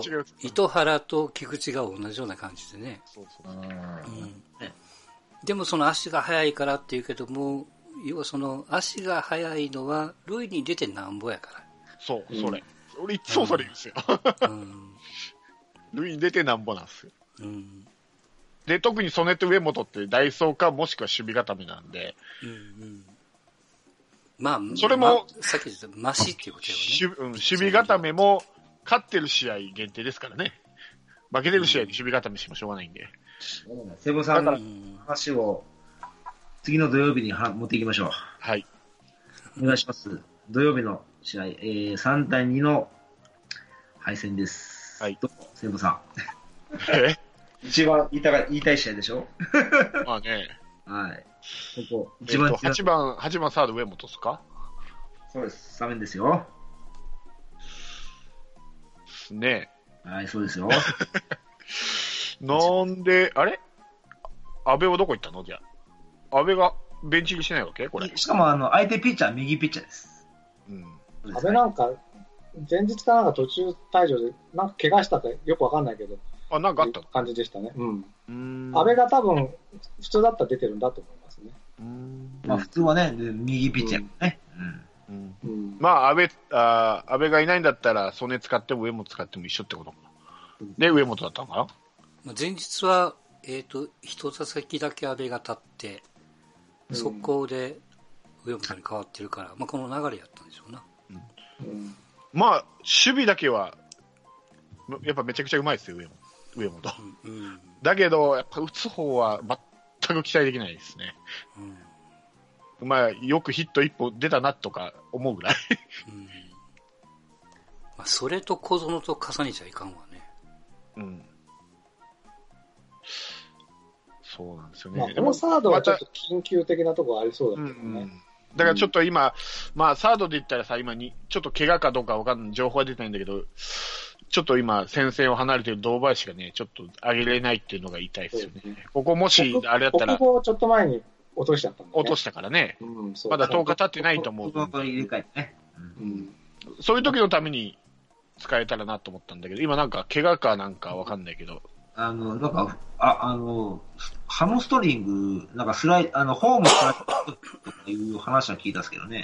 糸原と菊池が同じような感じでね。そうそう、でもその足が速いからっていうけども、要はその足が速いのは塁に出てなんぼやから。 そう、それ。俺いつもそれ言うんですよ。塁に出てなんぼなんですよ。で、特に曽根と上本ってダイソーかもしくは守備固めなんで。 まあ、 それも、 さっき言ったマシっていうことよね。 守備固めも勝ってる試合限定ですからね。負けてる試合に守備固めしてもしょうがないんで。 セボさんの話を次の土曜日に持っていきましょう。 はい。 お願いします。土曜日の試合、3対2の敗戦です。 はい。 セボさん。一番言いたい試合でしょ。 まあね。 はい。ここ、 8番サード上本ですか？ そうです。スタメンですよ。 ねえ。はい、そうですよ。 なんで、あれ安倍はどこ行ったのじゃあ。安倍がベンチ入りしないわけこれ。 しかも相手ピッチャー、右ピッチャーです。 安倍なんか、前日かなんか途中退場で、なんか怪我したかよくわかんないけど。 なんかあったの感じでしたね。安倍が多分、普通だったら出てるんだと思いますね。 まあ普通はね、右ピッチャーね。 まあ安倍がいないんだったら、曽根使っても上本使っても一緒ってことかな。で、上本だったのかな。前日は、一打席だけ安倍が立って、速攻で上本に変わってるから、まあこの流れやったんでしょうな。 まあ、守備だけは、やっぱめちゃくちゃうまいですよ、上本。だけど、やっぱ打つ方は全く期待できないですね。まあ、よくヒット1本出たなとか思うぐらい。 まあ、それと小園と重ねちゃいかんわね。 そうなんですよね。 まあ、このサードはちょっと緊急的なところありそうだけどね。 だからちょっと今、まあサードで言ったらさ、今に、ちょっと怪我かどうかわかんない、情報は出てないんだけど、ちょっと今、戦線を離れてる堂林がね、ちょっと上げれないっていうのが痛いですよね。ここもし、あれだったら。 国語をちょっと前に落としちゃったんだね。 落としたからね。まだ10日経ってないと思う。そういう時のために使えたらなと思ったんだけど、今なんか怪我かなんかわかんないけど。 なんか、ハムストリング、なんかホームスライドっていう話は聞いたんですけどね。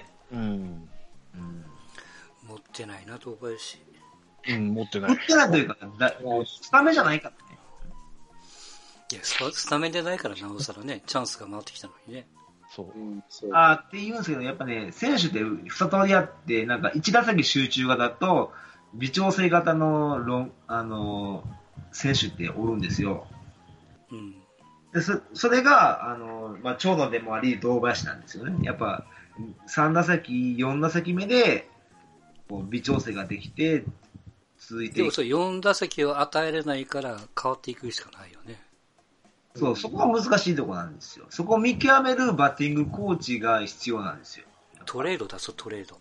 持ってないな、堂林。 持ってない。 持ってないというか、スタメンじゃないからね。 いや、スタメンでないからなおさらね、チャンスが回ってきたのにね。 そう。 って言うんですけど、やっぱね、選手って二通りあって、なんか一打席集中型と、微調整型の選手っておるんですよ。でそれが、まあ、長野でもあり、堂林なんですよね。やっぱ、3打席、4打席目で、こう微調整ができて、続いていく。 でもそれ4打席を与えれないから変わっていくしかないよね。 そう、そこが難しいところなんですよ。そこを見極めるバッティングコーチが必要なんですよ。 トレードだぞ、トレード。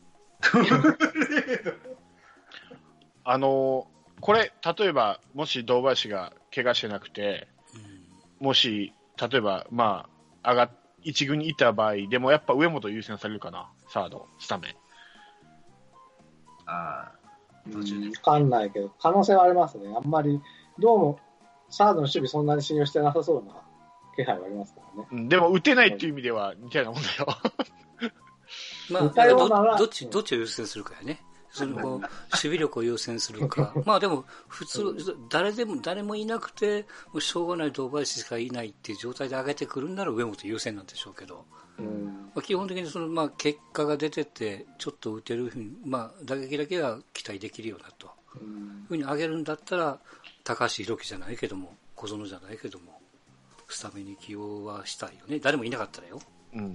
これ、例えば、もし堂林が怪我してなくて、もし、例えば、まあ、一軍にいた場合、でもやっぱ上本優先されるかな、サード、スタメン。 途中で。わかんないけど、可能性はありますね。あんまり、どうも、サードの守備そんなに信用してなさそうな気配はありますからね。 でも、打てないっていう意味では、似たようなもんだよ。 まあ、どっちを優先するかやね。守備力を優先するか。まあでも、普通、誰もいなくて、もうしょうがない堂林しかいないっていう状態で上げてくるんなら上本優先なんでしょうけど。まあ、基本的にまあ結果が出てて、ちょっと打てるふうに、まあ打撃だけは期待できるようだと。ふうに上げるんだったら、高橋宏樹じゃないけども、小園じゃないけども、スタメンに起用はしたいよね。誰もいなかったらよ。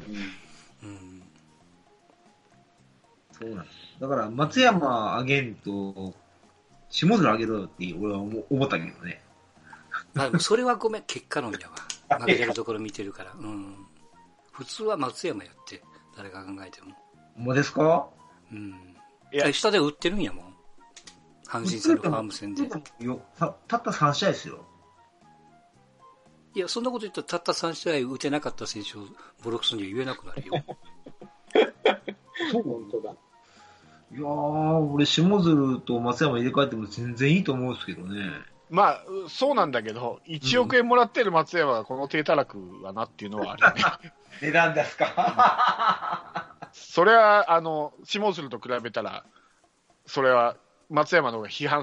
そうなんです。だから、松山あげんと、下鶴あげろよって俺は思ったけどね。 でもそれはごめん、結果論やわ。負けてるところ見てるから。普通は松山やって、誰が考えても。 ほんまですか？ いや、下で売ってるんやもん。阪神戦のファーム戦で。 たった3試合ですよ。 いや、そんなこと言ったらたった3試合打てなかった選手をボロクソには言えなくなるよ。 本当だ。 いやー、俺、下鶴と松山入れ替えても全然いいと思うんですけどね。 まあ、そうなんだけど、1億円もらってる松山がこの低たらくはなっていうのはあるよね。 値段ですかそれは、下鶴と比べたら、それは松山の方が批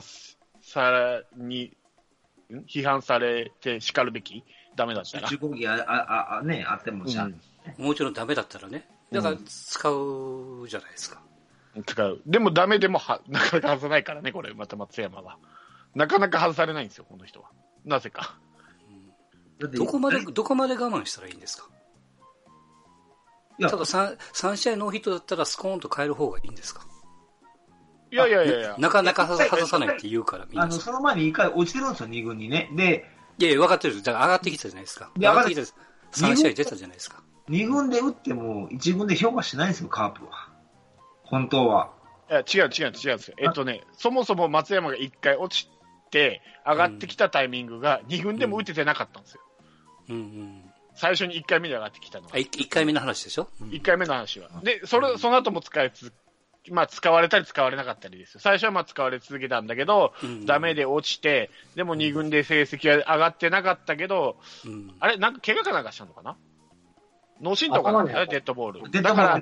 判されて叱るべきダメだったら。 中古機ね、あってもじゃん。 もちろんダメだったらね。だから使うじゃないですか。 使う。でもダメでもなかなか外さないからね、これ、また松山は。なかなか外されないんですよ、この人は。なぜか。 どこまで我慢したらいいんですか？ただ 3試合ノーヒットだったらスコーンと変える方がいいんですか？ いや。 なかなか外さないって言うから、みんな。 その前に1回落ちてるんですよ、2軍にね。で、 いや、分かってる。だから上がってきたじゃないですか。上がってきた。3試合出たじゃないですか。 2軍で打っても1軍で評価しないんですよ、カープは。本当は。 いや、違うんですよ。そもそも松山が1回落ちて、上がってきたタイミングが2軍でも打ててなかったんですよ。最初に1回目で上がってきたのは。 1回目の話でしょ？ 1 回目の話は。で、その後も使われたり使われなかったりですよ。最初は使われ続けたんだけど、ダメで落ちて、でも2軍で成績は上がってなかったけど、あれ、なんか怪我かなんかしたのかな？脳震盪かな？デッドボール。だから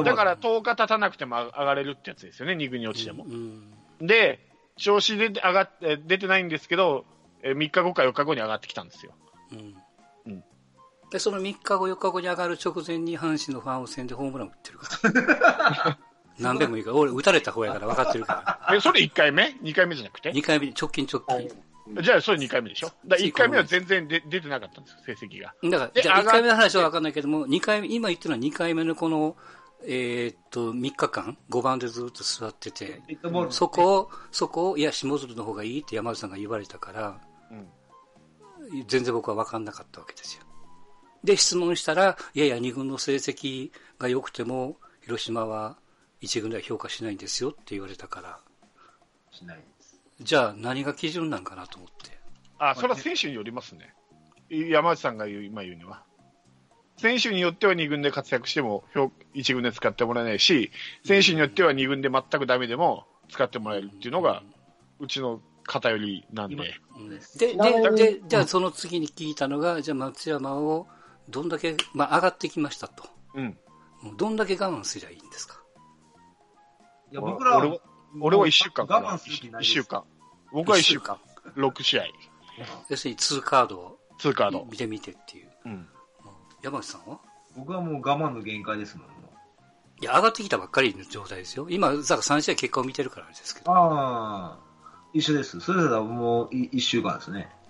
10日経たなくても上がれるってやつですよね、2軍に落ちても。で、調子で出てないんですけど、3日後か4日後に上がってきたんですよ。 で、その3日後、4日後に上がる直前に阪神のファーム戦でホームラン打ってるから。何遍もいいから、俺打たれた方やから分かってるから。 それ1回目 ?2 回目じゃなくて ?2 回目、直近。 じゃあ、それ2回目でしょ？だ1回目は全然出てなかったんですよ、成績が。 だから、じゃあ1回目の話は分かんないけども、2回目、今言ってるのは2回目のこの、3日間、5番でずっと座ってて、そこを、いや、下鶴の方がいいって山内さんが言われたから、全然僕は分かんなかったわけですよ。で、質問したら、いやいや、2軍の成績が良くても、広島は1軍では評価しないんですよって言われたから。 しないです。 じゃあ、何が基準なんかなと思って。 それは選手によりますね。山内さんが今言うには。選手によっては2軍で活躍しても、1軍で使ってもらえないし、選手によっては2軍で全くダメでも使ってもらえるっていうのが、うちの偏りなんで。 で、じゃあその次に聞いたのが、じゃあ松山を、どんだけ、上がってきましたと。どんだけ我慢すりゃいいんですか？ いや、僕らは、 俺は1週間かな。 我慢する気ない 1週間。僕は1週間。6試合。 要するに2カードを見てみてっていう。山内さんは？ 僕はもう我慢の限界ですもん。 いや、上がってきたばっかりの状態ですよ。今、3試合結果を見てるからですけど。 一緒です。それぞれもう1週間ですね。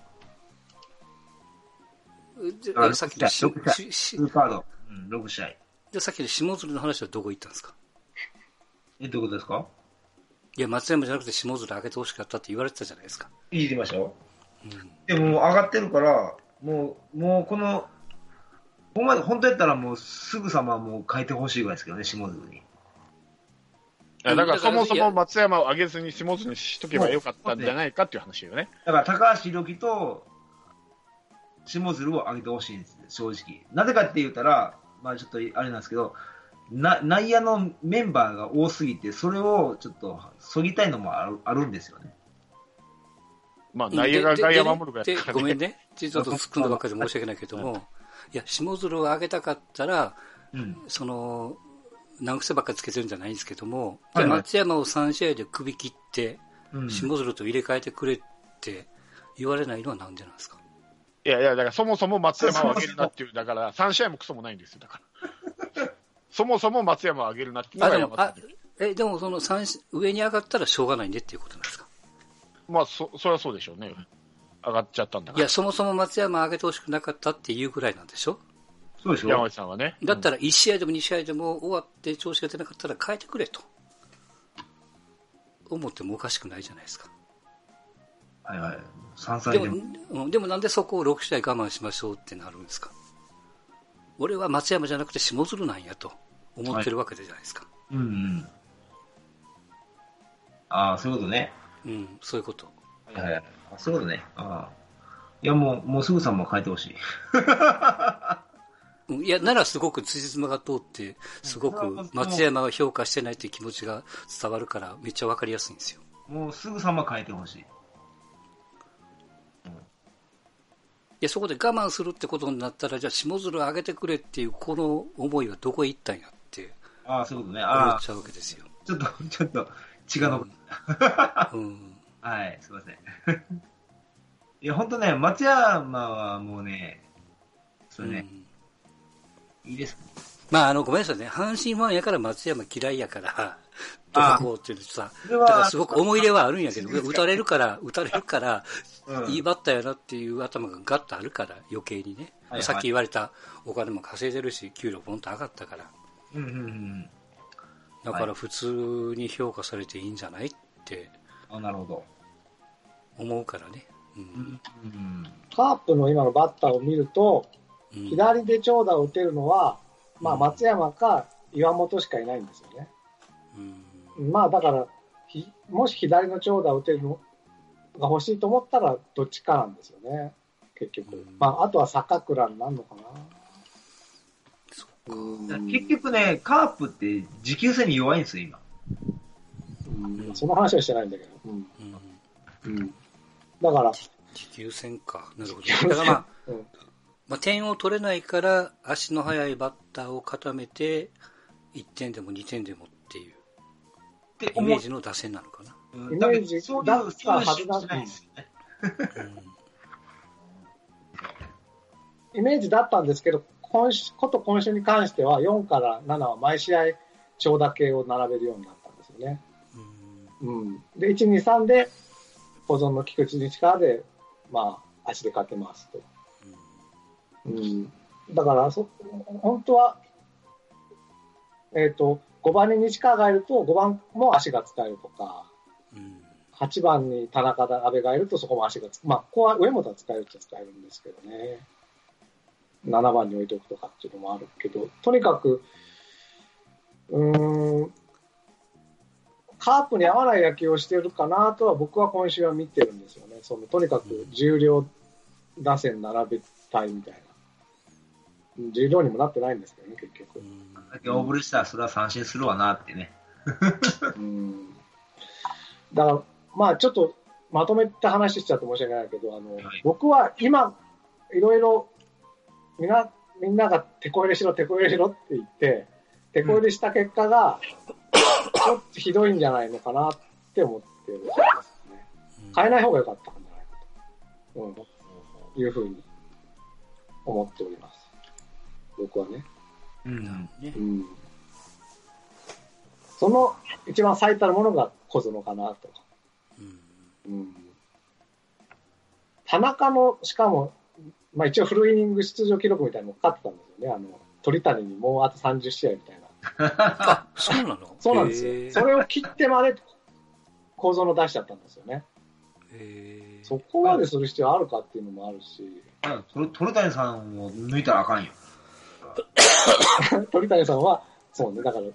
さっきの 2カード、6試合。 で、さっきの下鶴の話はどこ行ったんですか？ どういうことですか？ いや、松山じゃなくて下鶴上げてほしかったって言われてたじゃないですか。 言いましたよ。でも、上がってるから、もうこの、本当やったらもうすぐさまもう変えてほしいぐらいですけどね、下鶴に。 だからそもそも松山を上げずに下津にしとけばよかったんじゃないかっていう話よね。 だから高橋宏樹と下津を上げてほしいんです、正直。なぜかって言ったら、ちょっとあれなんですけど、内野のメンバーが多すぎて、それをちょっとそぎたいのもあるんですよね。 内野が外野守るから、ね、 ごめんね。ちょっと突っ込んだばっかりで申し訳ないけども、いや、下津を上げたかったら、難癖ばっかりつけてるんじゃないんですけども、松山を3試合で首切って、下津と入れ替えてくれって言われないのはなんでなんですか？ いや、だからそもそも松山を上げるなっていう、だから3試合もクソもないんですよ、だから。そもそも松山を上げるなっていうのが山田さん。 でもその上に上がったらしょうがないんでっていうことなんですか？ それはそうでしょうね。上がっちゃったんだから。 いや、そもそも松山上げてほしくなかったっていうぐらいなんでしょ？ そうでしょ。 山内さんはね。 だったら1試合でも2試合でも終わって調子が出なかったら変えてくれと思ってもおかしくないじゃないですか。 はいはい。3歳でも。 でもなんでそこを6試合我慢しましょうってなるんですか？俺は松山じゃなくて下鶴なんやと思ってるわけじゃないですか。 そういうことね。 そういうこと。 はい。そういうことね。いや、もうすぐさま変えてほしい。 いや、ならすごく辻褄が通って、すごく松山が評価してないという気持ちが伝わるから、めっちゃわかりやすいんですよ。 もうすぐさま変えてほしい。 いや、そこで我慢するってことになったら、じゃあ下鶴上げてくれっていう、この思いはどこへ行ったんやって、 ああ、そういうことね。 思っちゃうわけですよ。 ちょっと、血が残った。はい、すいません。いや、ほんとね、松山はもうね、それね、いいですね。 まあ、ごめんなさいね。阪神ファンやから松山嫌いやから、どうこうっていうさ、だからすごく思い入れはあるんやけど、打たれるから、いいバッターやなっていう頭がガッとあるから、余計にね。はいはい、さっき言われたお金も稼いでるし、給料ポンと上がったから。だから普通に評価されていいんじゃないって、 なるほど。 思うからね。 カープの今のバッターを見ると、左で長打を打てるのは、まあ松山か岩本しかいないんですよね。まあだから、もし左の長打を打てるのが欲しいと思ったらどっちかなんですよね、結局。まああとは坂倉になるのかな。 結局ね、カープって持久戦に弱いんですよ、今。 その話はしてないんだけど。だから。 持久戦か。なるほど。だからまあ、点を取れないから足の速いバッターを固めて1点でも2点でもっていうイメージの打線なのかな。 イメージだったはずなんですよね。イメージだったんですけど、今週に関しては4から7は毎試合長打系を並べるようになったんですよね。で、1、2、3で保存の菊池西川で、まあ、足でかけますと。だから、本当は、5番に西川がいると5番も足が使えるとか、8番に田中阿部がいるとそこも足がまあ、ここは上本は使えるっちゃ使えるんですけどね。7番に置いておくとかっていうのもあるけど、とにかく、カープに合わない野球をしてるかなとは僕は今週は見てるんですよね。とにかく重量打線並べたいみたいな。重量にもなってないんですけどね、結局。 だけ大振りしたらそれは三振するわなってね。 だから、まあちょっとまとめた話しちゃって申し訳ないけど、僕は今、いろいろみんなが手こ入れしろって言って、手こ入れした結果が、ちょっとひどいんじゃないのかなって思ってるんですね。変えない方が良かったんじゃないかと、いうふうに思っております。僕はね。その一番最たるものが小園かなと。田中の、しかも、まあ一応フルイニング出場記録みたいなのもかかってたんですよね。鳥谷にもうあと30試合みたいな。 あ、そうなの？ そうなんですよ。それを切ってまで小園出しちゃったんですよね。そこまでする必要あるかっていうのもあるし。 鳥谷さんを抜いたらあかんよ。 鳥谷さんは、そうね、だから。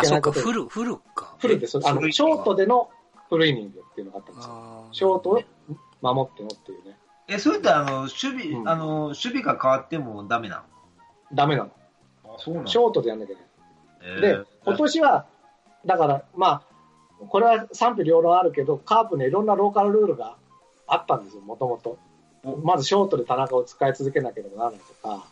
そうか、フルか。 フルで、ショートでのフルイニングっていうのがあったんですよ。ショートを守ってのっていうね。 それって守備が変わってもダメなの？ ダメなの。ショートでやんなきゃいけない。で、今年は、だから、まあ、これは賛否両論あるけど、カープにいろんなローカルルールがあったんですよ、もともと。まずショートで田中を使い続けなければならないとか。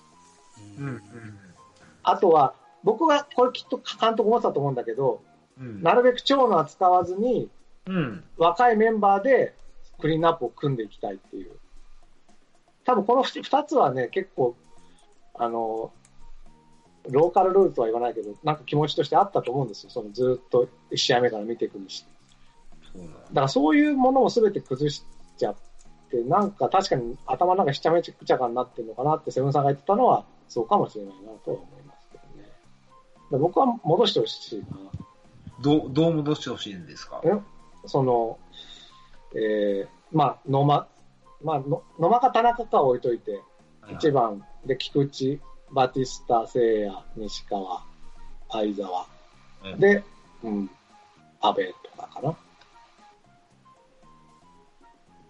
あとは、僕はこれきっと監督思ってたと思うんだけど、なるべく長野は使わずに、若いメンバーでクリーンアップを組んでいきたいっていう。多分この2つはね、結構、ローカルルールとは言わないけど、なんか気持ちとしてあったと思うんですよ。ずっと1試合目から見ていくにして。だからそういうものを全て崩しちゃって、なんか確かに頭の中しちゃめちゃかになってるのかなってセブンさんが言ってたのはそうかもしれないなとは思いますけどね。僕は戻してほしいな。 どう戻してほしいんですか？ まあ、野間か田中か置いといて、1番で菊池、バティスタ、聖也、西川、相澤、で、阿部とかかな。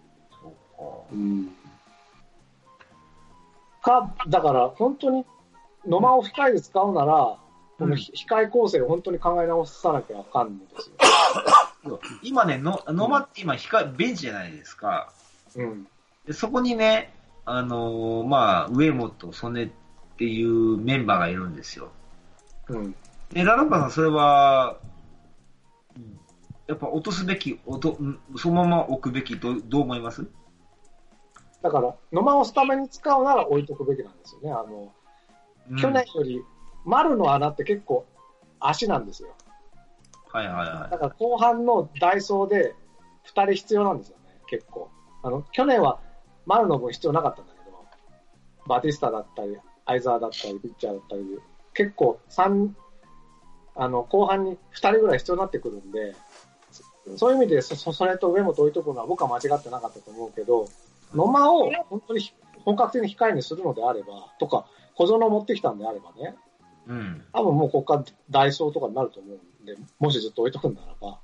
だから本当に野間を控えで使うなら、この控え構成を本当に考え直さなきゃあかんんですよ。 今ね、野間って今ベンチじゃないですか。 うん。 でそこにね、まあ、上本、曽根っていうメンバーがいるんですよ。 うん。 で、ラランパさん、それは、やっぱ落とすべき、そのまま置くべきどう思います？ だから、野間をスタメンに使うなら置いとくべきなんですよね。去年より、丸の穴って結構足なんですよ。 はいはいはい。 だから後半のダイソーで2人必要なんですよね、結構。去年は丸の分必要なかったんだけど、バティスタだったり、相澤だったり、ピッチャーだったり、結構後半に2人ぐらい必要になってくるんで、そういう意味でそれと上本置いとくのは僕は間違ってなかったと思うけど、野間を本当に本格的に控えにするのであれば、とか、小園持ってきたんであればね、 うん、 多分もうここからダイソーとかになると思うんで、もしずっと置いとくんならば、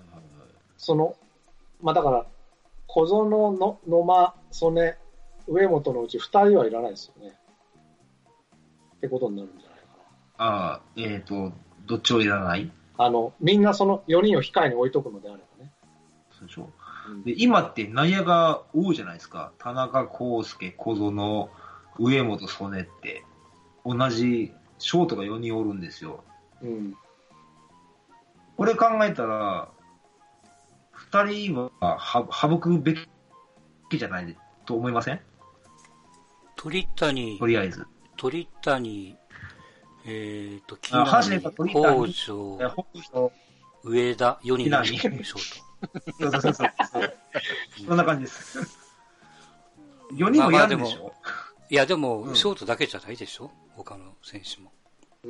まあだから、小園の野間、曽根、上本のうち2人はいらないですよね。ってことになるんじゃないかな。 どっちをいらない？ みんなその4人を控えに置いとくのであればね。 そうでしょ。で、今って内野が多いじゃないですか。田中康介、小園、上本、曽根って、同じショートが4人おるんですよ。 うん。 これ考えたら、2人は省くべきじゃないと思いません？ 鳥谷、 とりあえず。 鳥谷、木阪神で言ったら鳥谷、 北条、上田、4人のショート。 そう。そんな感じです。4人もいらんでしょ？ いや、でも、ショートだけじゃないでしょ？他の選手も。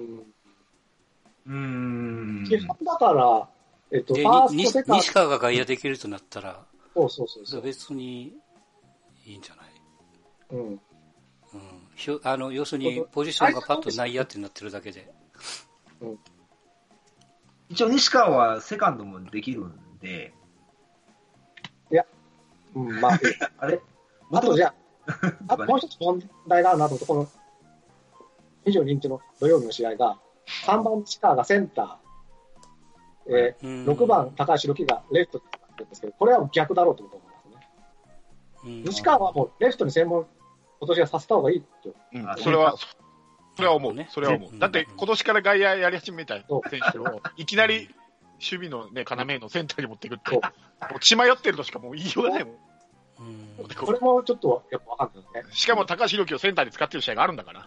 基本だから、ファーストセカンド西川が外野できるとなったら、 そう別にいいんじゃない？ うん。 要するに、ポジションがパッと内野ってなってるだけで。 うん。 一応、西川はセカンドもできるんで。 いや、まあ、 あれあとじゃあ、もう一つ問題があるなと思って、この22日の土曜日の試合が、3番西川がセンター、6番高橋瑠希がレフトだったんですけど、これは逆だろうと思いますね。西川はもうレフトに専門、今年はさせた方がいいと。 それは思うね。それは思う。だって今年から外野やり始めた選手を、いきなり守備のね、要のセンターに持っていくって、もう血迷ってるとしかもう言いようがないもん。 これもちょっとやっぱ分かんないね。 しかも高橋宏樹をセンターに使ってる試合があるんだから。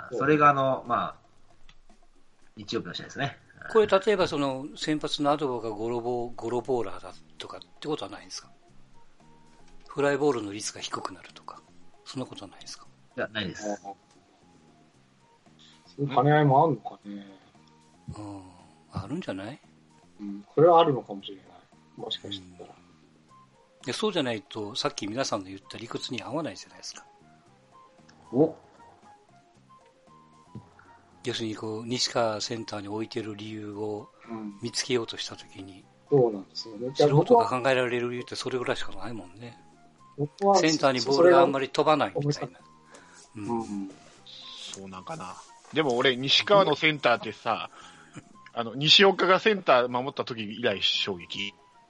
それがまあ、日曜日の試合ですね。 これ例えばその先発のアドボがゴロボーラーだとかってことはないんですか？フライボールの率が低くなるとか、そんなことはないですか？ いや、ないです。 そういう兼ね合いもあるのかね。 あるんじゃない？ それはあるのかもしれない。もしかしたら。 そうじゃないと、さっき皆さんの言った理屈に合わないじゃないですか。要するに西川センターに置いてる理由を見つけようとしたときに、 そうなんですよね。 素人が考えられる理由ってそれぐらいしかないもんね。センターにボールがあんまり飛ばないみたいな。 そうなんかな。でも俺、西川のセンターってさ、西岡がセンター守った時以来衝撃。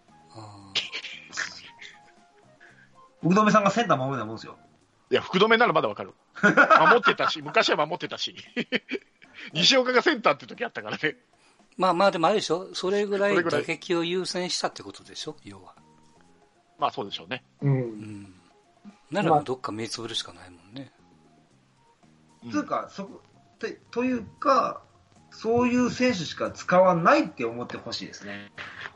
福留さんがセンター守るようなもんですよ。 いや、福留ならまだわかる。守ってたし、昔は守ってたし。西岡がセンターって時あったからね。 まあでもあれでしょ、それぐらい打撃を優先したってことでしょ、要は。 まあそうでしょうね。 ならどっか目つぶるしかないもんね。 というか、というか、そういう選手しか使わないって思ってほしいですね。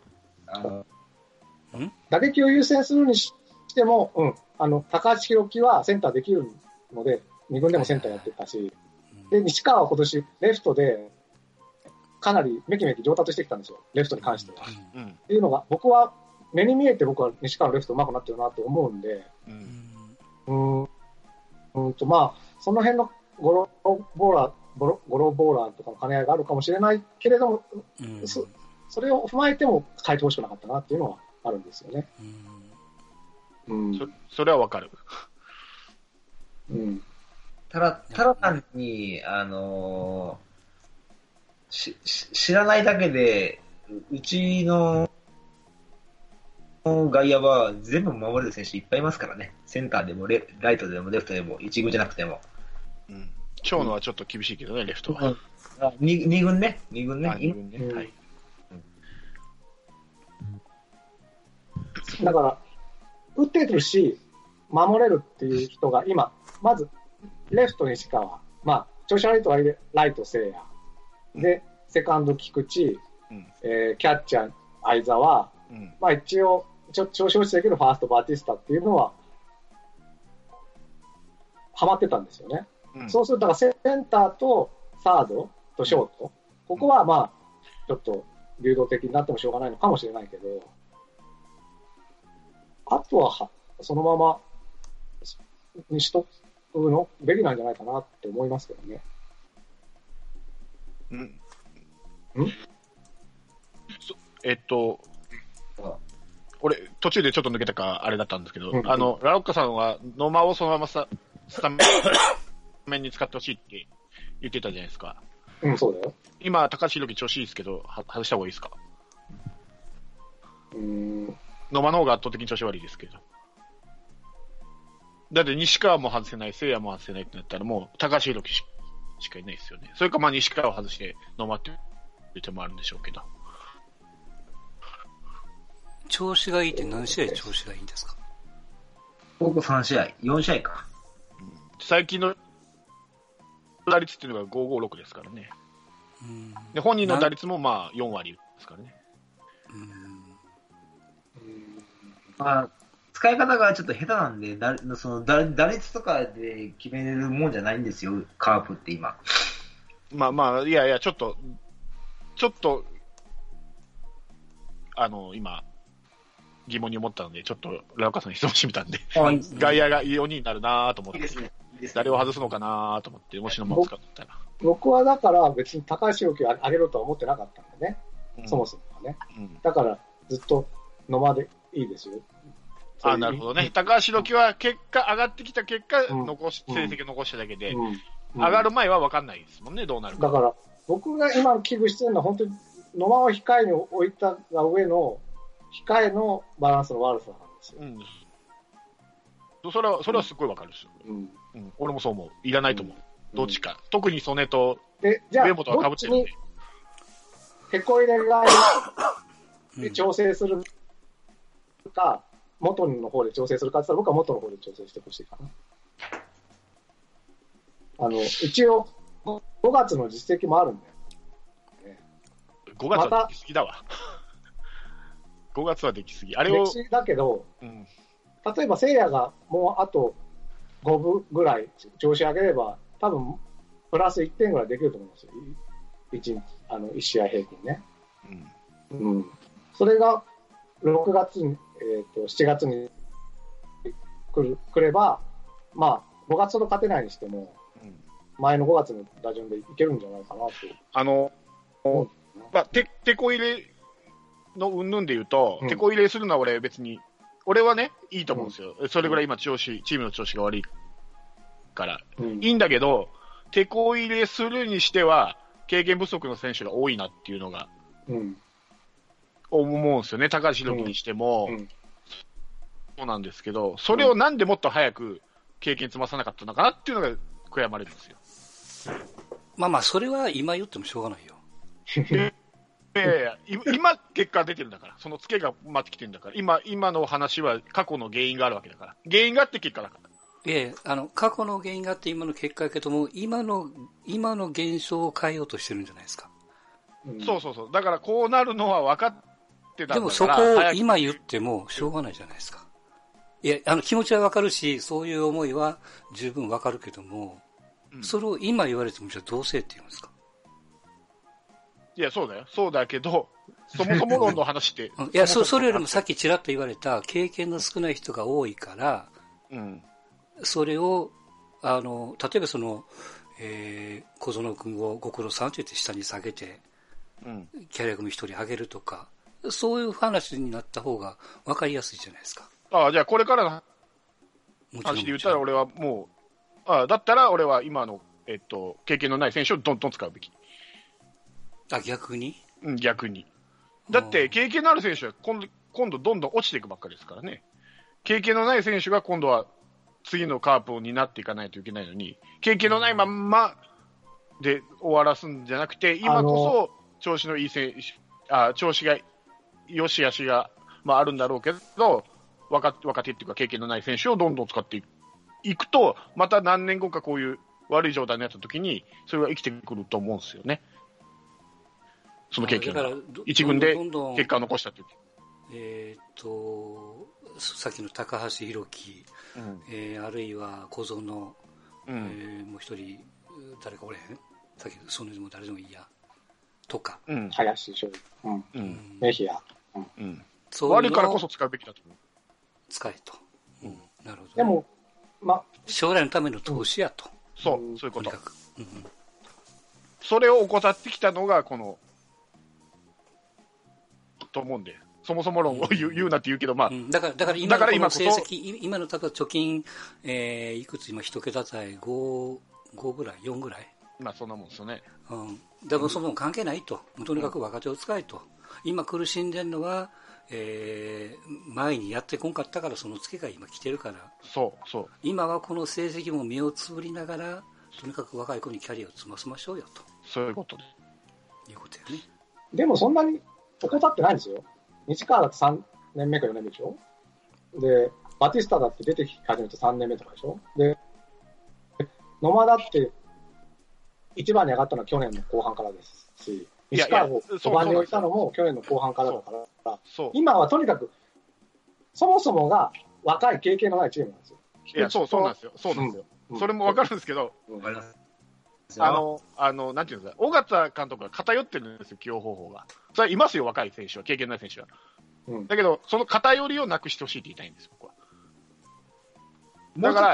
打撃を優先するにしても、高橋宏樹はセンターできるので、2軍でもセンターやってたし、で、西川は今年レフトで、かなりめきめき上達してきたんですよ、レフトに関しては。っていうのが、僕は、目に見えて僕は西川のレフト上手くなってるなと思うんで、まあ、その辺のゴロボーラーとかの兼ね合いがあるかもしれないけれども、それを踏まえても変えてほしくなかったなっていうのはあるんですよね。 それはわかる。 ただ単に、知らないだけで、うちの外野は全部守れる選手いっぱいいますからね。センターでもライトでもレフトでも、一軍じゃなくても。 うん。長野はちょっと厳しいけどね、レフトは。 二軍ね。二軍ね。 はい。 だから、打ってるし、守れるっていう人が今、まず、レフト西川、まあ、調子悪いとはいえ、ライト聖也、で、セカンド菊池、キャッチャー相澤、まあ一応、調子落ちてるけど、ファーストバティスタっていうのは、ハマってたんですよね。そうすると、だからセンターとサードとショート、ここはまあ、ちょっと流動的になってもしょうがないのかもしれないけど、あとは、そのままにしとくのべきなんじゃないかなって思いますけどね。 俺、途中でちょっと抜けたか、あれだったんですけど、ラロッカさんは、野間をそのままスタメンに使ってほしいって言ってたじゃないですか。 そうだよ。 今、高橋宏樹調子いいですけど、外した方がいいですか？野間の方が圧倒的に調子悪いですけど。だって西川も外せない、聖也も外せないってなったらもう高橋宏樹しかいないですよね。それかまあ西川を外して野間っていう手もあるんでしょうけど。 調子がいいって何試合調子がいいんですか？ ここ3試合、4試合か。 最近の打率っていうのが556ですからね。で本人の打率もまあ4割ですからね。 まあ、使い方がちょっと下手なんで、その打率とかで決めれるもんじゃないんですよ、カープって今。 まあ、いや、ちょっと、今、疑問に思ったので、ちょっと、ラオカさんに質問してみたんで、外野が4人になるなと思って、誰を外すのかなと思って、もしのまま使ったら。 僕はだから別に高橋宏樹を上げろとは思ってなかったんでね、そもそもはね。だからずっと野間でいいですよ。 なるほどね。高橋宏樹は上がってきた結果、成績を残しただけで、上がる前は分かんないですもんね、どうなるか。 だから、僕が今危惧してるのは、本当に野間を控えに置いたが上の、控えのバランスの悪さなんですよ。 それはすごい分かるですよ。俺もそう思う。いらないと思う。どっちか。特に曽根と上本は被ってるんで。 へこ入れがで調整するか、元の方で調整するかって言ったら、僕は元の方で調整してほしいかな。一応、5月の実績もあるんだよ。 5月はできすぎだわ。5月はできすぎ。あれを。 できすぎだけど、例えば聖夜がもうあと5分ぐらい調子上げれば、多分プラス1点ぐらいできると思いますよ。1試合平均ね。それが6月に、7月に来れば、まあ、5月ほど勝てないにしても、前の5月の打順でいけるんじゃないかなと。 まあ、てこ入れの云々で言うと、てこ入れするのは俺はね、いいと思うんですよ。それぐらい今チームの調子が悪いから。いいんだけど、てこ入れするにしては、経験不足の選手が多いなっていうのが、思うんですよね。高橋宏樹にしても、そうなんですけど、それをなんでもっと早く経験積まさなかったのかなっていうのが悔やまれるんですよ。 まあ、それは今言ってもしょうがないよ。 今結果出てるんだから、そのツケが待ってきてるんだから、今の話は過去の原因があるわけだから、原因があって結果だから。 過去の原因があって今の結果やけども、今の現象を変えようとしてるんじゃないですか。 そう。だからこうなるのは分かってたんだから。 でもそこを今言ってもしょうがないじゃないですか。いや、気持ちは分かるし、そういう思いは十分分かるけども、それを今言われてもじゃあどうせって言うんですか。 いや、そうだよ。そうだけど、そもそも論の話って。 いや、それよりもさっきちらっと言われた経験の少ない人が多いから、それを、例えばその、小園君をご苦労さんと言って下に下げて、キャリア組一人上げるとか、そういう話になった方が分かりやすいじゃないですか。 じゃあこれからの話で言ったら俺はもう、 だったら俺は今の、経験のない選手をどんどん使うべき。 逆に？ うん、逆に。だって、経験のある選手は今度どんどん落ちていくばっかりですからね。経験のない選手が今度は次のカープを担っていかないといけないのに、経験のないまんまで終わらすんじゃなくて、今こそ調子のいい選手、調子が良し悪しが、あるんだろうけど、若手っていうか経験のない選手をどんどん使っていくと、また何年後かこういう悪い状態になった時に、それが生きてくると思うんですよね。その経験が。一軍で結果を残したという。 さっきの高橋宏樹、あるいは小園、もう一人、誰かおれへん？さっきそのも誰でもいいや。とか。 林翔、メヒア。 悪いからこそ使うべきだと思う。 使えと。なるほど。 でも、 将来のための投資やと。 そういうこと。それを怠ってきたのが、と思うんで。そもそも論を言うなって言うけど、だから今の成績、今の例えば貯金、いくつ今一桁台5ぐらい、4ぐらい。 そんなもんですよね。 でもその関係ないと。とにかく若手を使えと。今苦しんでるのは、前にやってこんかったからそのツケが今来てるから。 そう。 今はこの成績も目をつぶりながら、とにかく若い子にキャリアを積ませましょうよと。 そういうことで。 いうことやね。 でもそんなに怠ってないんですよ。西川だって3年目か4年目でしょ。で、バティスタだって出てき始めて3年目とかでしょ。で、野間だって1番に上がったのは去年の後半からですし、西川を5番に置いたのも去年の後半からだから、今はとにかく、そもそもが若い経験のないチームなんですよ。 いや、そうなんですよ。それもわかるんですけど、なんていうんですか、尾形監督が偏ってるんですよ、起用方法が。それはいますよ、若い選手は、経験ない選手は。だけど、その偏りをなくしてほしいって言いたいんですよ、僕は。だから、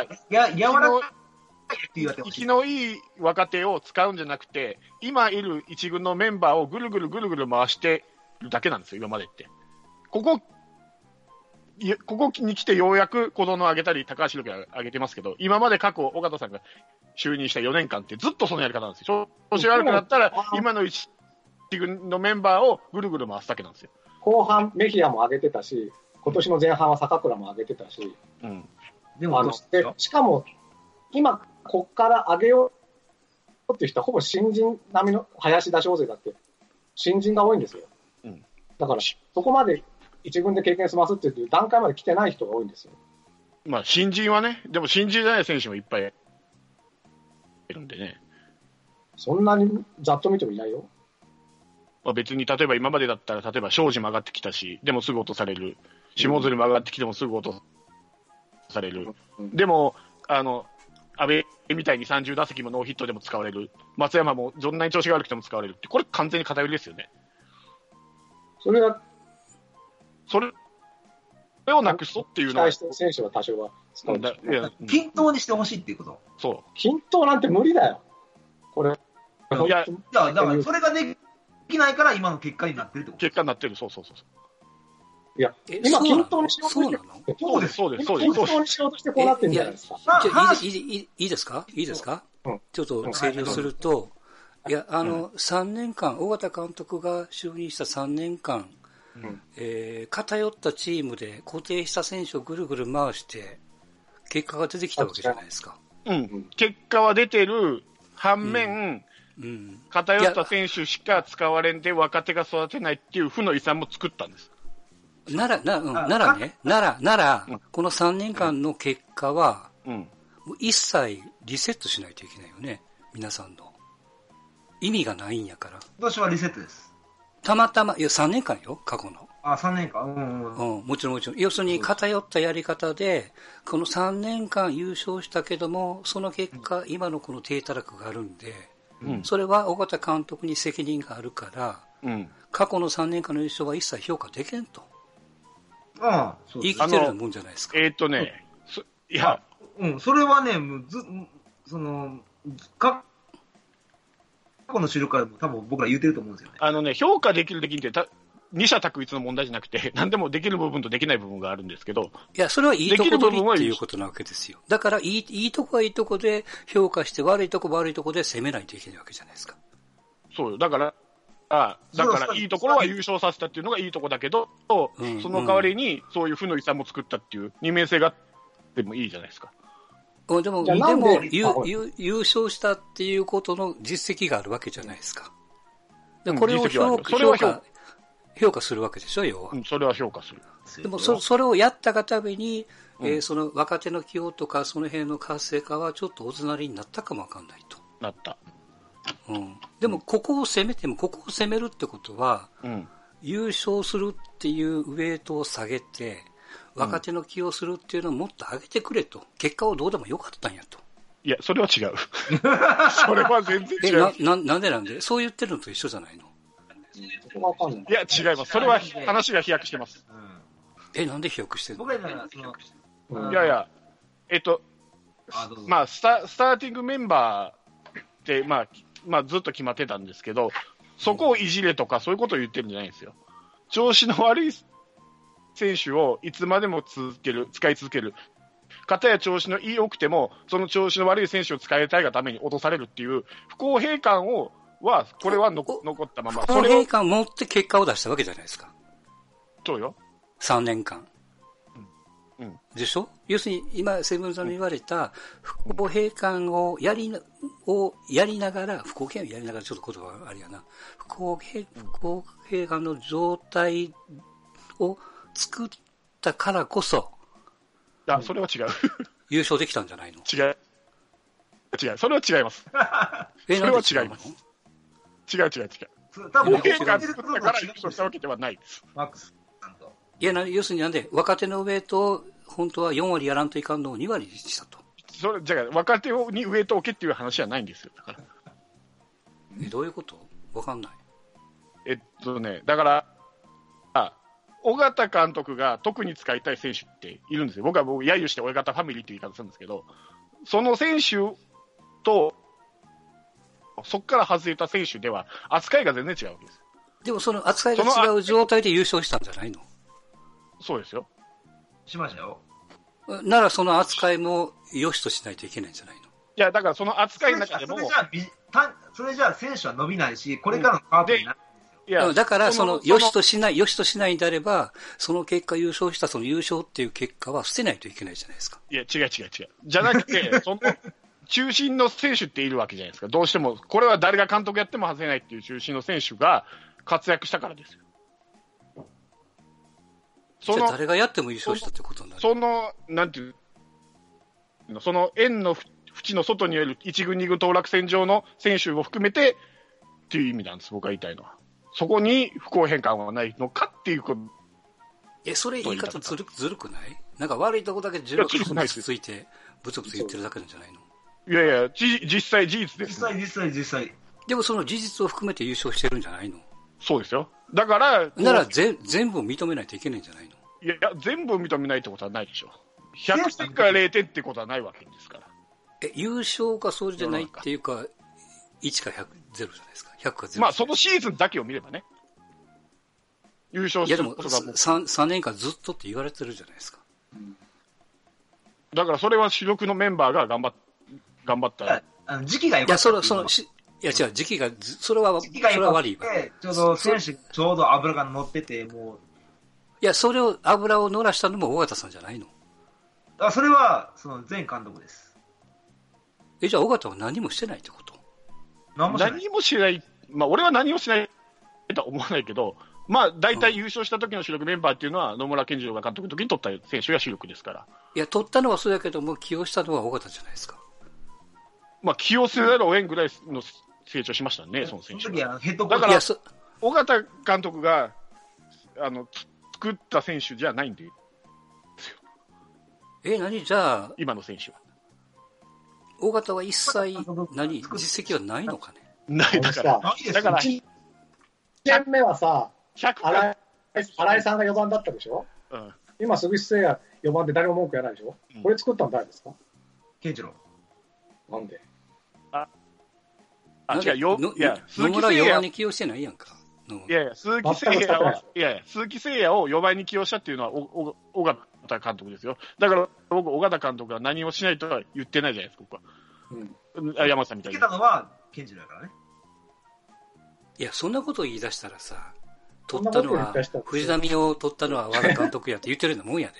生きのいい若手を使うんじゃなくて、今いる一軍のメンバーをぐるぐる回してるだけなんですよ、今までって。ここに来てようやく小園を上げたり、高橋宏樹を上げてますけど、今まで過去、尾形さんが就任した4年間ってずっとそのやり方なんですよ。調子が悪くなったら、今の一軍のメンバーをぐるぐる回すだけなんですよ。 後半、メヒアも上げてたし、今年の前半は坂倉も上げてたし、でもしかも、今、こっから上げようっていう人はほぼ新人並みの林田翔勢だって、新人が多いんですよ。だから、そこまで一軍で経験済ますっていう段階まで来てない人が多いんですよ。 新人はね、でも新人じゃない選手もいっぱいいるんでね。 そんなにざっと見てもいないよ。 別に例えば今までだったら、例えば庄司も上がってきたし、でもすぐ落とされる。下鶴も上がってきてもすぐ落とされる。でも、安倍みたいに30打席もノーヒットでも使われる。松山もどんなに調子が悪くても使われるって、これ完全に偏りですよね。それをなくすっていうのは。 期待してる選手は多少は使うんだ。 均等にしてほしいっていうこと。 そう。 均等なんて無理だよ。これ。 だからそれができないから今の結果になってるってこと。 結果になってる、そう。 いや、今均等にしようとして、 そうです。 均等にしようとしてこうなってるんじゃないですか。 いいですかちょっと整理をすると、3年間、尾形監督が就任した3年間、偏ったチームで固定した選手をぐるぐる回して結果が出てきたわけじゃないですか。 結果は出てる反面、偏った選手しか使われんで若手が育てないっていう負の遺産も作ったんです。 なら、この3年間の結果は、もう一切リセットしないといけないよね、皆さんの。意味がないんやから。 今年はリセットです。 たまたま、3年間よ、過去の。 3年間。 もちろん。要するに偏ったやり方で、この3年間優勝したけども、その結果、今のこの低たらくがあるんで、それは尾形監督に責任があるから、過去の3年間の優勝は一切評価できんと。言い切ってるようなもんじゃないですか。 それはね、過去の資料からも多分僕ら言ってると思うんですよね。 評価できるできんって、 二者択一の問題じゃなくて、何でもできる部分とできない部分があるんですけど。 いや、それはいいとこ取りっていうことなわけですよ。だから、いいとこはいいとこで評価して、悪いとこで攻めないといけないわけじゃないですか。 そうよ。だから、いいところは優勝させたっていうのがいいとこだけど、その代わりに、そういう負の遺産も作ったっていう二面性があってもいいじゃないですか。 でも優勝したっていうことの実績があるわけじゃないですか。これを評価するわけでしょ、要は。 それは評価する。 でもそれをやったがために、その若手の起用とか、その辺の活性化はちょっとおざなりになったかもわかんないと。 なった。 でも、ここを攻めるってことは、優勝するっていうウェイトを下げて、若手の起用するっていうのをもっと上げてくれと。結果はどうでもよかったんやと。 いや、それは違う。それは全然違う。 なんでそう言ってるのと一緒じゃないの？ いや、違います。それは話が飛躍してます。 なんで飛躍してるの？ いやいや、まあ、スターティングメンバーって、まあ、ずっと決まってたんですけど、そこをいじれとかそういうことを言ってるんじゃないんですよ。調子の悪い選手をいつまでも使い続ける。片や調子の良くても、その調子の悪い選手を使いたいがために落とされるっていう不公平感これは残ったまま。 不公平感を持って結果を出したわけじゃないですか。 そうよ。 3年間。でしょ？要するに、今、セブンさんの言われた、不公平感をやりながら、不公平感をやりながら、ちょっと言葉があれやな。不公平感の状態を作ったからこそ、 それは違う。 優勝できたんじゃないの？ 違う。それは違います。それは違います。違う。多分、不公平感作ったから優勝したわけではないです。 いや、要するになんで、若手のウェイトを、本当は4割やらんといかんのを2割にしたと。 じゃあ、若手にウェイトを置けっていう話はないんですよ。だからどういうこと？わかんない。 だから、尾形監督が特に使いたい選手っているんですよ。僕は揶揄して尾形ファミリーっていう言い方するんですけど、その選手と、そこから外れた選手では、扱いが全然違うわけです。 でもその扱いが違う状態で優勝したんじゃないの？ そうですよ。 しましたよ。 ならその扱いも良しとしないといけないんじゃないの？いや、だからその扱いの中でも。 それじゃあ選手は伸びないし、これからのカープになる。 いや、だから、良しとしないんであれば、その結果優勝したその優勝っていう結果は捨てないといけないじゃないですか。 いや、違う。じゃなくて、その、中心の選手っているわけじゃないですか。どうしても、これは誰が監督やっても外せないっていう中心の選手が活躍したからですよ。 じゃあ誰がやっても優勝したってことになる。 なんていうの、その円の縁の外にある1軍2軍当落線上の選手を含めてっていう意味なんです、僕が言いたいのは。そこに不公平感はないのかっていうこと。 それ言い方ずるくない？なんか悪いとこだけ自分がついて、ブツブツ言ってるだけなんじゃないの？ いやいや、実際事実です、 ね。実際。 でもその事実を含めて優勝してるんじゃないの？ そうですよ。だから、 なら全部認めないといけないんじゃないの？ いや、全部認めないってことはないでしょ。100点から0点ってことはないわけですから。 優勝かそうじゃないっていうか、1か100、0じゃないですか。100か0。 まあ、そのシーズンだけを見ればね。優勝することがもう。 いやでも3年間ずっとって言われてるじゃないですか。 だからそれは主力のメンバーが頑張った時期が良かった。 違う、時期が、それは悪いわ。 ちょうど選手、ちょうど油が乗ってて、もう。 いや、それを油を乗らしたのも尾形さんじゃないの？ それは、前監督です。 じゃあ尾形は何もしてないってこと？ 何もしない。まあ、俺は何もしないとは思わないけど、まあ、大体優勝した時の主力メンバーっていうのは、野村健次郎が監督の時に取った選手が主力ですから。いや、取ったのはそうやけども、起用したのは尾形じゃないですか。 まあ、起用せざるを得んぐらいの成長しましたね、その選手は。 だから、尾形監督が、作った選手じゃないんで。 何じゃあ、 今の選手は。 尾形は一切、実績はないのかね？ ない、だから、 1年目はさ、新井さんが4番だったでしょ？今、杉下誠也4番で誰も文句言わないでしょ？これ作ったの誰ですか？ 健次郎。 なんで？ 違うよ。いや、 野村4番に起用してないやんか。 いやいや、鈴木誠也を4番に起用したっていうのは、尾形監督ですよ。だから、僕、尾形監督が何もしないとは言ってないじゃないですか、僕は。山田さんみたいに。 つけたのは、健次郎だからね。 いや、そんなことを言い出したらさ、取ったのは、藤波を取ったのは和田監督やって言ってるようなもんやで。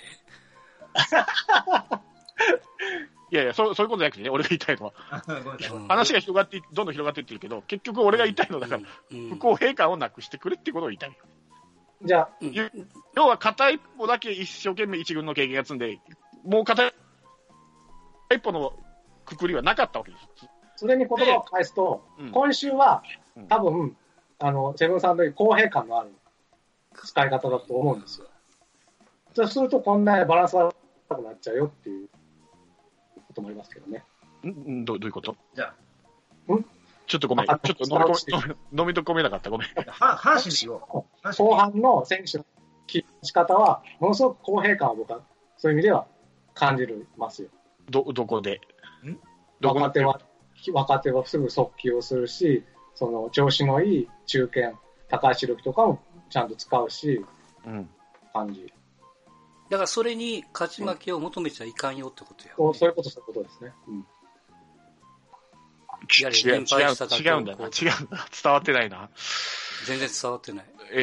いやいや、そういうことじゃなくてね、俺が言いたいのは。話がどんどん広がっていってるけど、結局俺が言いたいのだから、不公平感をなくしてくれってことを言いたい。 じゃあ、 要は片一歩だけ一生懸命一軍の経験が積んで、もう片一歩のくくりはなかったわけです。 それに言葉を返すと、今週は、多分、セブンさんの公平感のある使い方だと思うんですよ。そうすると、こんなバランス悪くなっちゃうよっていうこともありますけどね。 どういうこと？ じゃあ、ちょっとごめん。ちょっと飲み込めなかった。ごめん。 阪神しよう。後半の選手の仕方は、ものすごく公平感を僕は、そういう意味では感じますよ。 どこで？ 若手はすぐ速球をするし、その調子のいい中堅、高橋宏樹とかもちゃんと使うし、感じ。 だからそれに勝ち負けを求めちゃいかんよってことや、ね。 そういうことですね。 違うんだ。伝わってないな。 全然伝わってない。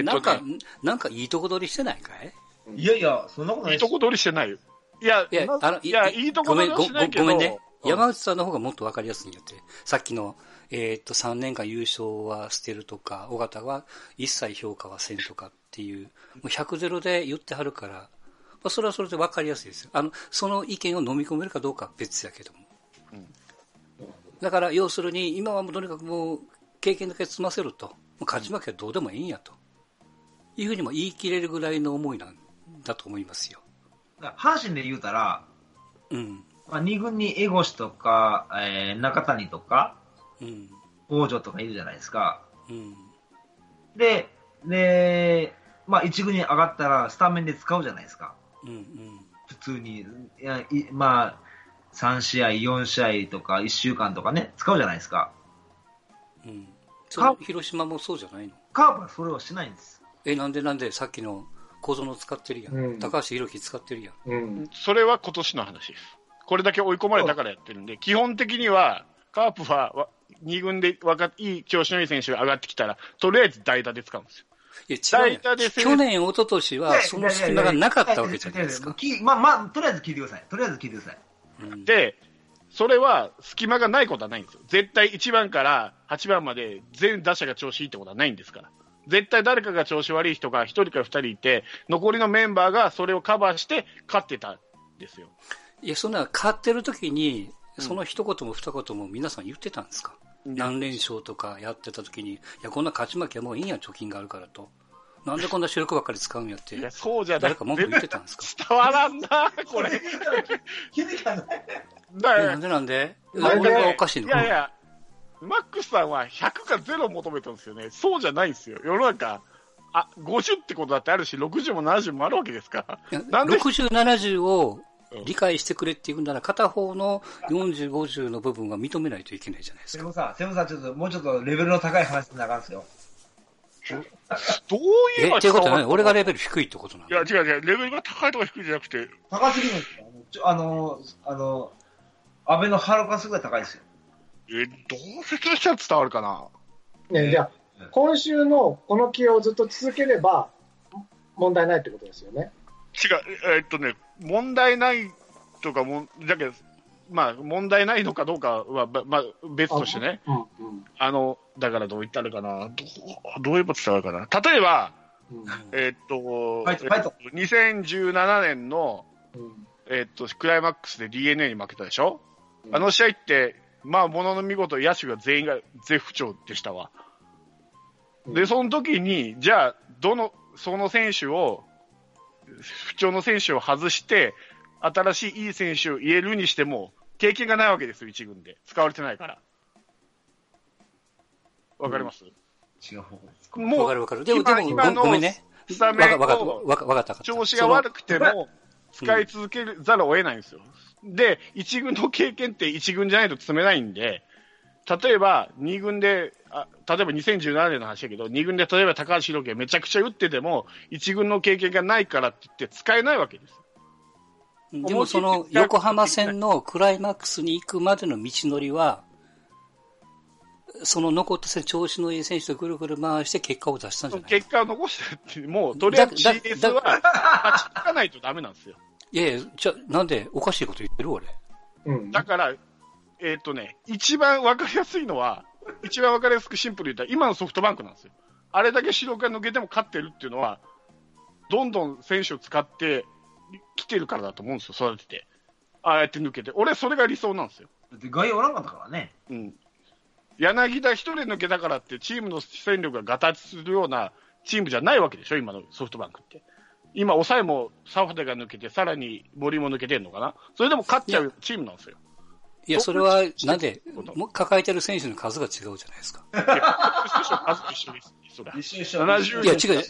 なんかいいとこ取りしてないかい？ いやいや、そんなことない。 いいとこ取りしてないよ。いや、いいとこ取りはしないけど。 ごめんね。山内さんの方がもっとわかりやすいんやって。さっきの、3年間優勝は捨てるとか、尾形は一切評価はせんとかっていう、もう100-0で言ってはるから、それはそれでわかりやすいですよ。その意見を飲み込めるかどうかは別やけども。だから、要するに、今はもうとにかくもう、経験だけ積ませると、もう勝ち負けはどうでもいいんやと。いうふうにも言い切れるぐらいの思いなんだと思いますよ。 阪神で言うたら、2軍に江越とか、中谷とか、北条とかいるじゃないですか。で、1軍に上がったらスタメンで使うじゃないですか。普通に、3試合、4試合とか1週間とかね、使うじゃないですか。 広島もそうじゃないの？ カープはそれをしないんです。 なんでさっきの小園使ってるやん。高橋宏樹使ってるやん。 それは今年の話です。これだけ追い込まれたからやってるんで、基本的には、カープは2軍でいい調子のいい選手が上がってきたら、とりあえず代打で使うんですよ。 いや、違う。去年、一昨年は、その隙間がなかったわけじゃないですか。 とりあえず聞いてください。 で、それは隙間がないことはないんですよ。絶対1番から8番まで全打者が調子いいってことはないんですから。絶対誰かが調子悪い人が1人か2人いて、残りのメンバーがそれをカバーして勝ってたんですよ。 いや、そんな勝ってる時に、その一言も二言も皆さん言ってたんですか？何連勝とかやってた時に、いや、こんな勝ち負けはもういいや、貯金があるからと。なんでこんな主力ばっかり使うんやって。いや、 そうじゃない。 誰か文句言ってたんですか？ 伝わらんな、これ。 気づかない。 なんで俺がおかしいのか。 いや、マックスさんは100か0求めたんですよね。そうじゃないんですよ。世の中、50ってことだってあるし、60も70もあるわけですから。 なんで60、70を理解してくれって言うんなら、片方の40、50の部分は認めないといけないじゃないですか。 セブンさん、もうちょっとレベルの高い話になるんですよ。 どういうっていうことはね、俺がレベル低いってことなの？ いや、違う、レベルが高いとか低いじゃなくて。 高すぎるんですよ。安倍のハルカスぐらい高いですよ。 どう説明したら伝わるかな？ じゃあ、今週のこの起用をずっと続ければ、問題ないってことですよね。 違う、問題ないとかも、だけど、問題ないのかどうかは、別としてね。だからどう言ったらかな。どう言えば伝わるかな。例えば、2017年の、クライマックスで DNA に負けたでしょ？あの試合って、ものの見事、野手が全員が絶不調でしたわ。で、その時に、じゃあ、その選手を、不調の選手を外して、新しいいい選手を入れるにしても、経験がないわけですよ、一軍で。使われてないから。わかります？ 違う方向。 もう、わかる。でも、ごめんね。 スタメンわかった。 調子が悪くても、使い続けざるを得ないんですよ。で、一軍の経験って一軍じゃないと積めないんで、 例えば2軍で、例えば2017年の話だけど、2軍で例えば高橋宏樹がめちゃくちゃ打ってても、1軍の経験がないからって言って使えないわけです。 でもその横浜戦のクライマックスに行くまでの道のりは、その残った調子のいい選手とぐるぐる回して結果を出したんじゃない結果を残したって、もうとりあえず CS は勝ち抜かないとダメなんですよ。 いやいや、なんでおかしいこと言ってる俺。 だから、一番わかりやすいのは、一番わかりやすくシンプルに言ったら、今のソフトバンクなんですよ。あれだけ主力が抜けても勝ってるっていうのは、どんどん選手を使ってきてるからだと思うんですよ、育てて。ああやって抜けて。俺、それが理想なんですよ。 だって外野おらんかったからね。 うん。柳田一人抜けたからって、チームの戦力がガタつするようなチームじゃないわけでしょ、今のソフトバンクって。今、抑えもサファテが抜けて、さらに森も抜けてるのかな。それでも勝っちゃうチームなんですよ。 いや、それは、なんで、抱えてる選手の数が違うじゃないですか。いや、 数と一緒です。 一緒。 いや、違う。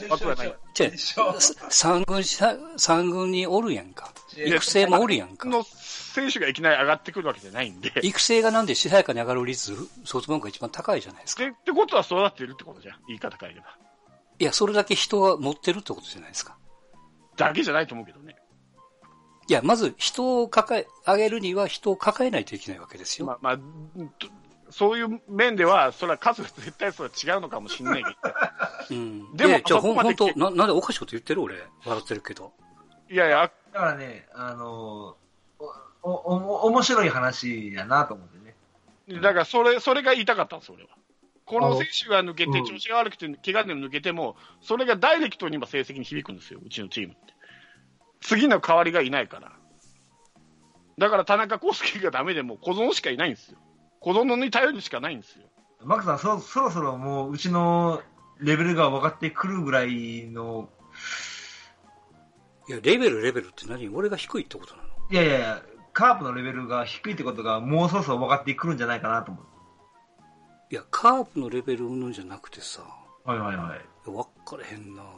三軍におるやんか。育成もおるやんか。 の選手がいきなり上がってくるわけじゃないんで。 育成がなんで支配下に上がる率、ソフトバンクが一番高いじゃないですか。 ってことは育ってるってことじゃん。言い方変えれば。 いや、それだけ人は持ってるってことじゃないですか。 だけじゃないと思うけどね。 いや、まず人を上げるには人を抱えないといけないわけですよ。 まあ、そういう面では、それは数が絶対それは違うのかもしれないけど。 でも、じゃあ本当なんでおかしいこと言ってる俺。笑ってるけど。 いやいや。 だからね、面白い話やなと思ってね。 だからそれが言いたかったんです、俺は。この選手が抜けて、調子が悪くて、怪我で抜けても、それがダイレクトに今成績に響くんですよ、うちのチームって。次の代わりがいないから。だから田中康介がダメでも小園しかいないんですよ。小園に頼るしかないんですよ。 マックさん、そろそろもううちのレベルが分かってくるぐらいの。 いや、レベルって何？俺が低いってことなの？ いや、カープのレベルが低いってことがもうそろそろ分かってくるんじゃないかなと思う。 いや、カープのレベルうんじゃなくてさ。 はい。 分かれへんな。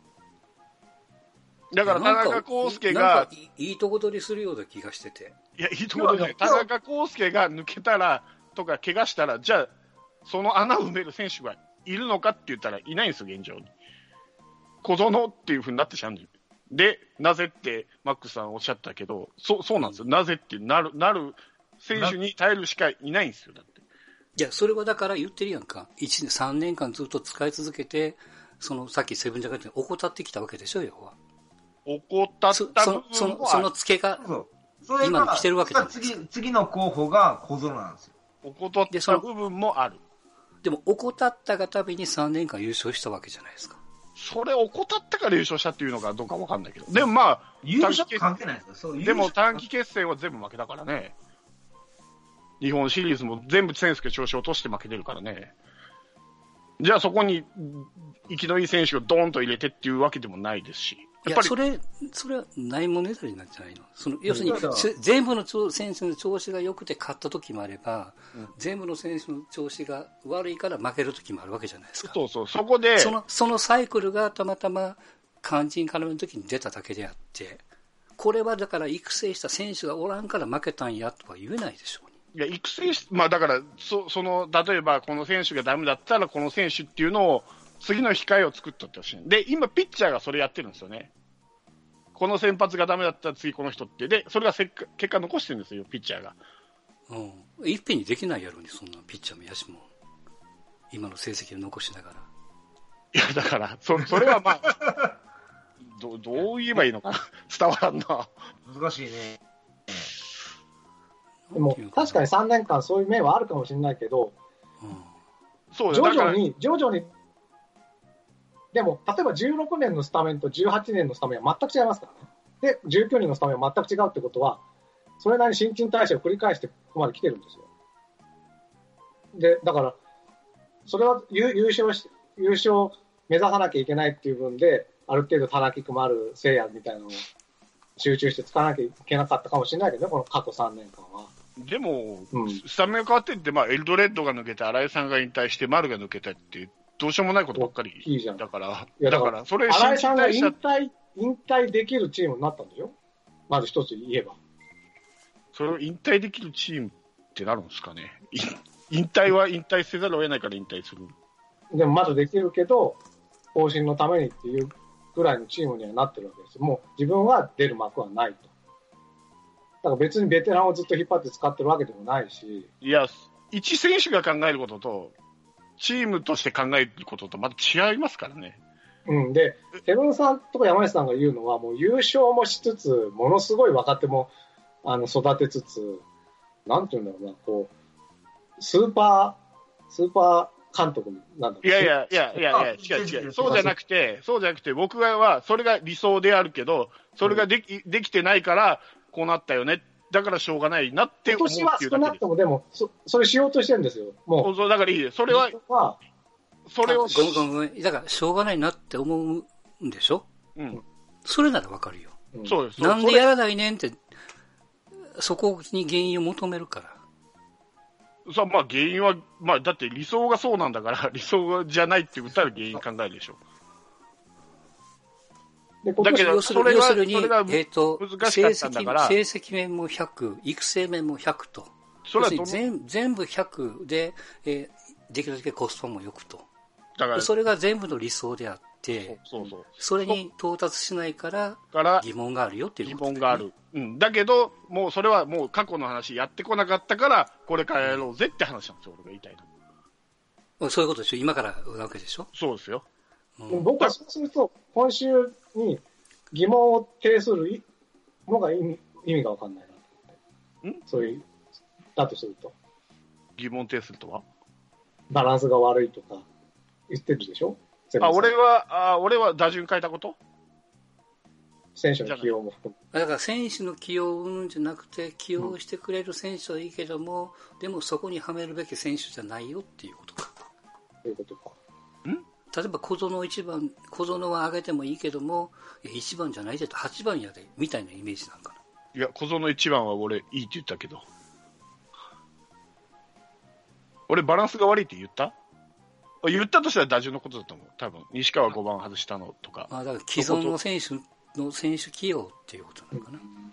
だから田中康介がいいとこ取りするような気がしてて。 いや、いいとこ取りない。田中康介が抜けたらとか怪我したら、じゃあその穴を埋める選手がいるのかって言ったらいないんですよ、現状に。小園っていう風になってしまうんで、なぜってマックスさんおっしゃったけど、そうなんですよ。なぜってなる選手に耐えるしかいないんですよ、だって。 いや、それはだから言ってるやんか。3年間ずっと使い続けて、さっきセブンジャパンで怠ってきたわけでしょ、要は。 怠った部分もその付けが、今に来てるわけじゃないですか。 次の候補が小園なんですよ。 怠った部分もある。 でも、怠ったがために3年間優勝したわけじゃないですか。 それ、怠ったから優勝したっていうのかどうかわかんないけど。でもまあ、 優勝関係ないですよ。 でも短期決戦は全部負けたからね。日本シリーズも全部選手が調子を落として負けてるからね。じゃあそこに、生きのいい選手をドーンと入れてっていうわけでもないですし。 やっぱりそれはないもねだりなんじゃないの？要するに、全部の選手の調子が良くて勝った時もあれば、全部の選手の調子が悪いから負ける時もあるわけじゃないですか。 そう、そこで。 そのサイクルがたまたま肝心絡みの時に出ただけであって、これはだから育成した選手がおらんから負けたんやとは言えないでしょうね。 いや、育成し、まあだから、例えばこの選手がダメだったらこの選手っていうのを、次の控えを作ったってほしい。で、今ピッチャーがそれやってるんですよね。この先発がダメだったら次この人って。で、それが結果残してるんですよ、ピッチャーが。 いっぺんにできないやろに、そんなピッチャーもやしも。今の成績を残しながら。 いや、だから、それはまあ、どう言えばいいのかな。伝わらんな。 難しいね。 でも、確かに3年間そういう面はあるかもしれないけど、 そう徐々に、でも、例えば16年のスタメンと18年のスタメンは全く違いますからね。で、19年のスタメンは全く違うってことは、それなりに新陳代謝を繰り返してここまで来てるんですよ。で、だから、それは優勝目指さなきゃいけないっていう分で、ある程度、田中く丸、聖也みたいなのを集中して使わなきゃいけなかったかもしれないけどね、この過去3年間は。 でも、スタメンが変わってって、まあ、エルドレッドが抜けて、新井さんが引退して、丸が抜けたっていう、どうしようもないことばっかり。 いいじゃん。 だから、 それ、新井さんが引退できるチームになったんでしょ？まず一つ言えば。 それを引退できるチームってなるんですかね。 引退は引退せざるを得ないから引退する。 でもまだできるけど、方針のためにっていうぐらいのチームにはなってるわけですよ。もう自分は出る幕はないと。だから別にベテランをずっと引っ張って使ってるわけでもないし。 いや、一選手が考えることと、チームとして考えることとまた違いますからね。 うん。で、セブンさんとか山下さんが言うのは、もう優勝もしつつ、ものすごい若手も育てつつ、なんていうんだろうな、こう、スーパー監督なんだろう。 いや、違う。そうじゃなくて、僕は、それが理想であるけど、それができてないから、こうなったよね。だからしょうがないなって思うっていうだけです。 今年は少なくとも、でも、それしようとしてるんですよ。もう。 そう、だからいいです。それは、それを。 ごめん。だから、しょうがないなって思うんでしょ？うん。それならわかるよ。 そうです。 なんでやらないねんって、そこに原因を求めるから。 そう、まあ原因は、まあだって理想がそうなんだから、理想じゃないって言ったら原因考えるでしょ。 だけど、要するに、成績面も100、育成面も100と。それは全部100で、できるだけコスパも良くと。だからそれが全部の理想であって、それに到達しないから疑問があるよっていうこと、ね、 疑問がある。うん。だけど、もうそれはもう過去の話やってこなかったから、これからやろうぜって話なんですよ、俺が言いたいの。そういうことでしょ？今からわけでしょ？ そうですよ。 僕はそうすると、今週に疑問を呈するのが意味がわかんないな。そういう、だとすると。 疑問呈するとはバランスが悪いとか言ってるでしょ？ 俺は打順変えたこと？ 選手の起用も含む。だから選手の起用うんじゃなくて、起用してくれる選手はいいけども、でもそこにはめるべき選手じゃないよっていうことか。 そういうことか。 例えば小園は上げてもいいけども、1番じゃないでと8番やでみたいなイメージなんかな。 いや、小園1番は俺いいって言ったけど。俺バランスが悪いって言ったとしたら打順のことだと思う。多分西川5番外したのとか。 だから既存の選手起用っていうことなのかな。 うん。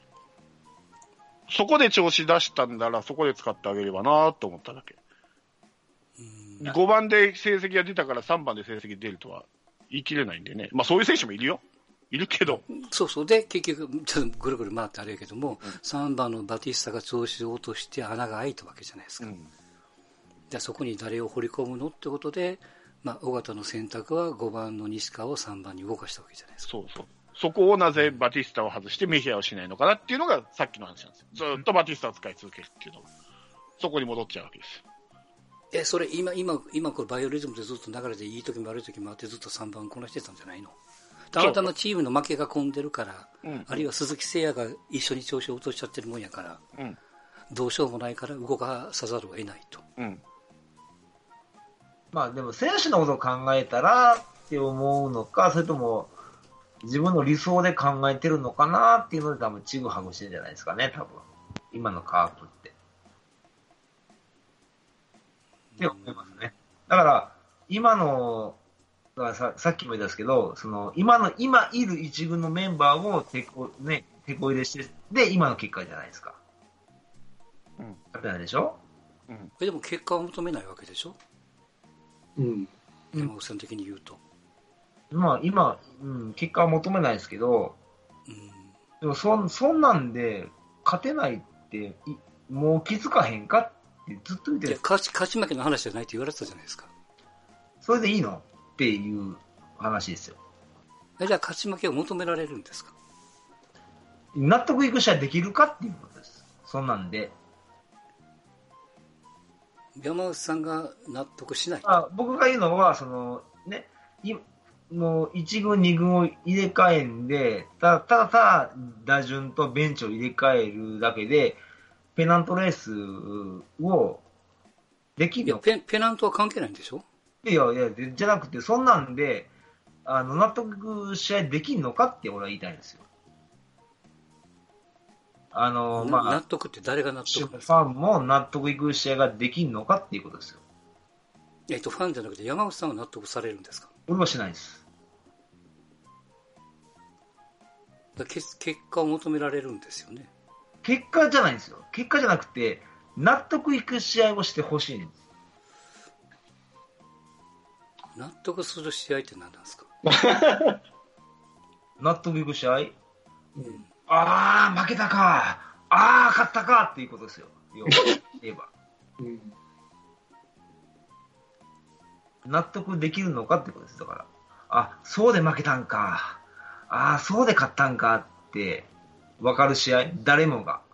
そこで調子出したんだらそこで使ってあげればなと思っただけ。5番で成績が出たから3番で成績出るとは言い切れないんでね。まあそういう選手もいるよ。いるけど。 そう。で、結局、ちょっとぐるぐる回ってあれやけども、3番のバティスタが調子を落として穴が開いたわけじゃないですか。じゃあそこに誰を掘り込むのってことで、尾形の選択は5番の西川を3番に動かしたわけじゃないですか。 そう。そこをなぜバティスタを外してメヒアをしないのかなっていうのがさっきの話なんですよ。ずっとバティスタを使い続けるっていうのが。そこに戻っちゃうわけですよ。 それ今これバイオリズムでずっと流れていい時も悪い時もあってずっと3番こなしてたんじゃないの？たまたまチームの負けが込んでるから、あるいは鈴木誠也が一緒に調子を落としちゃってるもんやから、どうしようもないから動かさざるを得ないと。 まあでも選手のことを考えたらって思うのか、それとも自分の理想で考えてるのかなっていうので多分ちぐはぐしてるんじゃないですかね、多分。今のカープって。って思いますね。だから、今の、さっきも言ったんですけど、今いる一軍のメンバーを手こ入れして、で、今の結果じゃないですか。だってないでしょ？ でも結果を求めないわけでしょ？山口さん的に言うと。 まあ、今、結果は求めないですけど、でもそんなんで、勝てないって、もう気づかへんかってずっと言ってる。 勝ち負けの話じゃないって言われてたじゃないですか。 それでいいのっていう話ですよ。 じゃあ勝ち負けを求められるんですか？ 納得いく試合できるかっていうことです。そんなんで。 山内さんが納得しない。 僕が言うのは、もう1軍2軍を入れ替えんで、ただ打順とベンチを入れ替えるだけで、ペナントレースをできるの？ ペナントは関係ないんでしょ？ いや、じゃなくて、そんなんで、納得試合できんのかって俺は言いたいんですよ。 納得って誰が納得？ ファンも納得いく試合ができんのかっていうことですよ。 ファンじゃなくて山口さんは納得されるんですか？ 俺はしないです。 結果を求められるんですよね。 結果じゃないんですよ。結果じゃなくて、 納得いく試合をしてほしいんです。 納得する試合って何なんですか？ 納得いく試合、ああ、負けたか。ああ、勝ったかっていうことですよ。要は言えば。納得できるのかってことです。だから、あ、そうで負けたんか。ああ、そうで勝ったんかって分かる試合、誰もが。